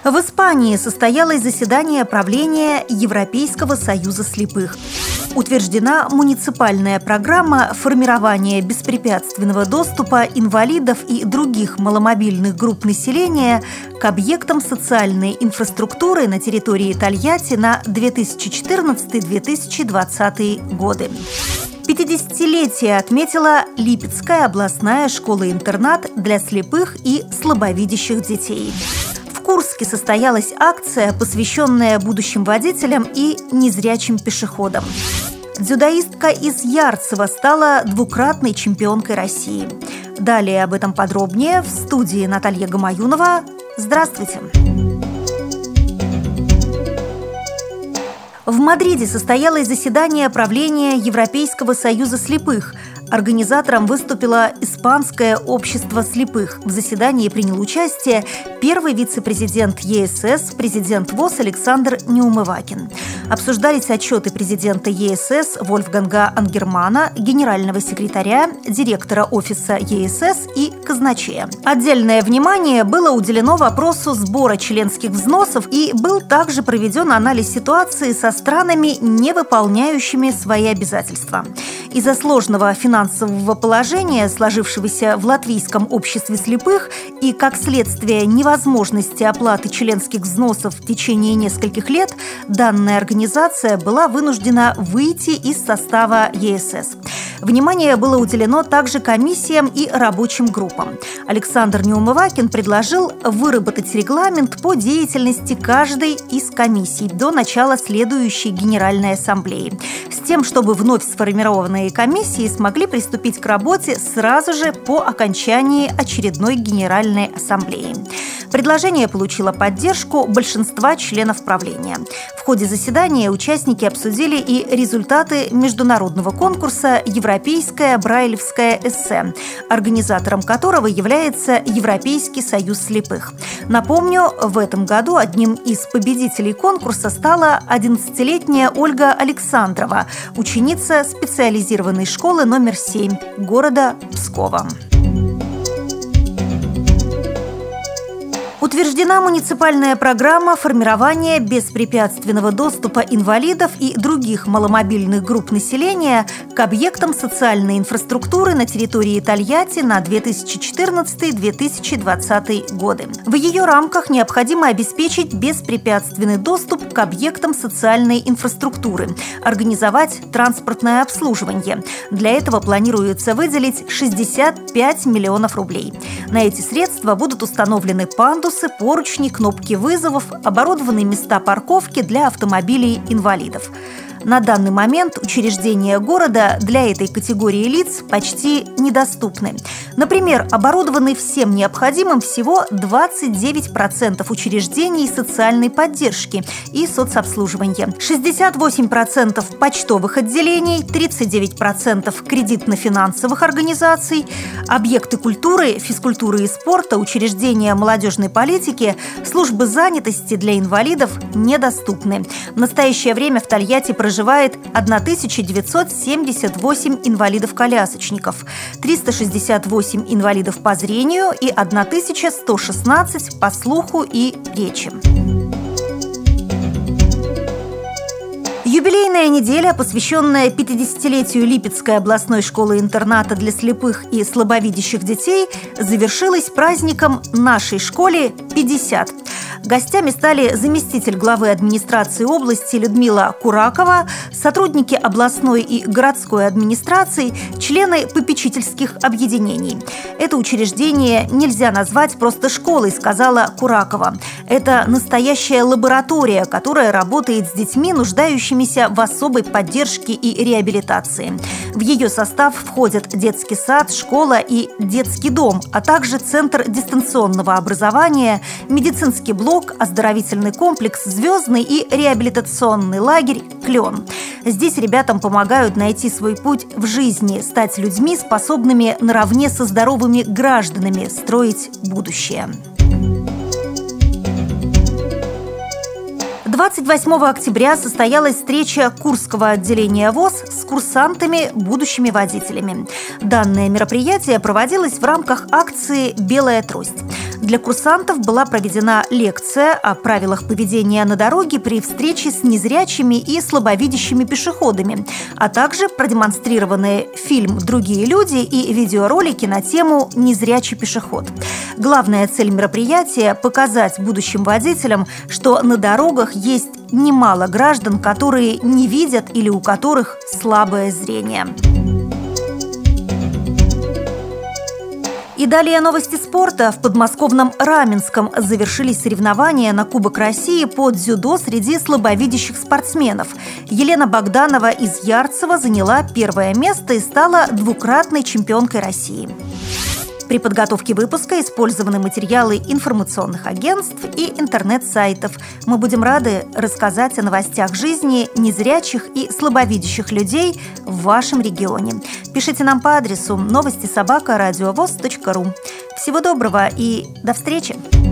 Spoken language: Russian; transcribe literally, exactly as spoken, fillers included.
В Испании состоялось заседание правления Европейского союза слепых. Утверждена муниципальная программа формирования беспрепятственного доступа инвалидов и других маломобильных групп населения к объектам социальной инфраструктуры на территории Тольятти на две тысячи четырнадцатый — две тысячи двадцатый годы. пятидесятилетие отметила Липецкая областная школа-интернат для слепых и слабовидящих детей. В Курске состоялась акция, посвященная будущим водителям и незрячим пешеходам. Дзюдоистка из Ярцева стала двукратной чемпионкой России. Далее об этом подробнее в студии Наталья Гамаюнова. Здравствуйте! В Мадриде состоялось заседание правления Европейского союза слепых. Организатором выступило Испанское общество слепых. В заседании принял участие первый вице-президент ЕСС, президент ВОС Александр Неумывакин. Обсуждались отчеты президента ЕСС Вольфганга Ангермана, генерального секретаря, директора офиса ЕСС и казначея. Отдельное внимание было уделено вопросу сбора членских взносов, и был также проведен анализ ситуации со странами, не выполняющими свои обязательства. Из-за сложного финансового положения, сложившегося в Латвийском обществе слепых, и, как следствие, невозможности оплаты членских взносов в течение нескольких лет, данная организация была вынуждена выйти из состава ЕСС. Внимание было уделено также комиссиям и рабочим группам. Александр Неумывакин предложил выработать регламент по деятельности каждой из комиссий до начала следующей Генеральной Ассамблеи, с тем, чтобы вновь сформированные комиссии смогли приступить к работе сразу же по окончании очередной Генеральной Ассамблеи. Предложение получило поддержку большинства членов правления. В ходе заседания участники обсудили и результаты международного конкурса «Европейское брайлевское эссе», организатором которого является Европейский союз слепых. Напомню, в этом году одним из победителей конкурса стала одиннадцатилетняя Ольга Александрова, ученица специализированной школы номер семь города Пскова. Утверждена муниципальная программа формирования беспрепятственного доступа инвалидов и других маломобильных групп населения к объектам социальной инфраструктуры на территории Тольятти на две тысячи четырнадцатый — две тысячи двадцатый годы. В ее рамках необходимо обеспечить беспрепятственный доступ к объектам социальной инфраструктуры, организовать транспортное обслуживание. Для этого планируется выделить шестьдесят пять миллионов рублей. На эти средства будут установлены пандусы, поручни, кнопки вызовов, оборудованные места парковки для автомобилей-инвалидов. На данный момент учреждения города для этой категории лиц почти недоступны. Например, оборудованы всем необходимым всего двадцать девять процентов учреждений социальной поддержки и соцобслуживания, шестьдесят восемь процентов почтовых отделений, тридцать девять процентов кредитно-финансовых организаций, объекты культуры, физкультуры и спорта, учреждения молодежной политики, службы занятости для инвалидов недоступны. В настоящее время в Тольятти проживают проживает тысяча девятьсот семьдесят восемь инвалидов-колясочников, триста шестьдесят восемь инвалидов по зрению и тысяча сто шестнадцать по слуху и речи. Юбилейная неделя, посвященная пятидесятилетию Липецкой областной школы-интерната для слепых и слабовидящих детей, завершилась праздником «Нашей школе пятьдесят». Гостями стали заместитель главы администрации области Людмила Куракова, сотрудники областной и городской администрации, члены попечительских объединений. Это учреждение нельзя назвать просто школой, сказала Куракова. Это настоящая лаборатория, которая работает с детьми, нуждающимися в особой поддержке и реабилитации. В ее состав входят детский сад, школа и детский дом, а также центр дистанционного образования, медицинский блок, оздоровительный комплекс «Звездный» и реабилитационный лагерь «Клен». Здесь ребятам помогают найти свой путь в жизни, стать людьми, способными наравне со здоровыми гражданами строить будущее. двадцать восьмого октября состоялась встреча Курского отделения ВОС с курсантами, будущими водителями. Данное мероприятие проводилось в рамках акции «Белая трость». Для курсантов была проведена лекция о правилах поведения на дороге при встрече с незрячими и слабовидящими пешеходами, а также продемонстрированы фильм «Другие люди» и видеоролики на тему «Незрячий пешеход». Главная цель мероприятия – показать будущим водителям, что на дорогах есть немало граждан, которые не видят или у которых слабое зрение. И далее новости спорта. В подмосковном Раменском завершились соревнования на Кубок России по дзюдо среди слабовидящих спортсменов. Елена Богданова из Ярцева заняла первое место и стала двукратной чемпионкой России. При подготовке выпуска использованы материалы информационных агентств и интернет-сайтов. Мы будем рады рассказать о новостях жизни незрячих и слабовидящих людей в вашем регионе. Пишите нам по адресу новости собака радиовоз точка ру. Всего доброго и до встречи!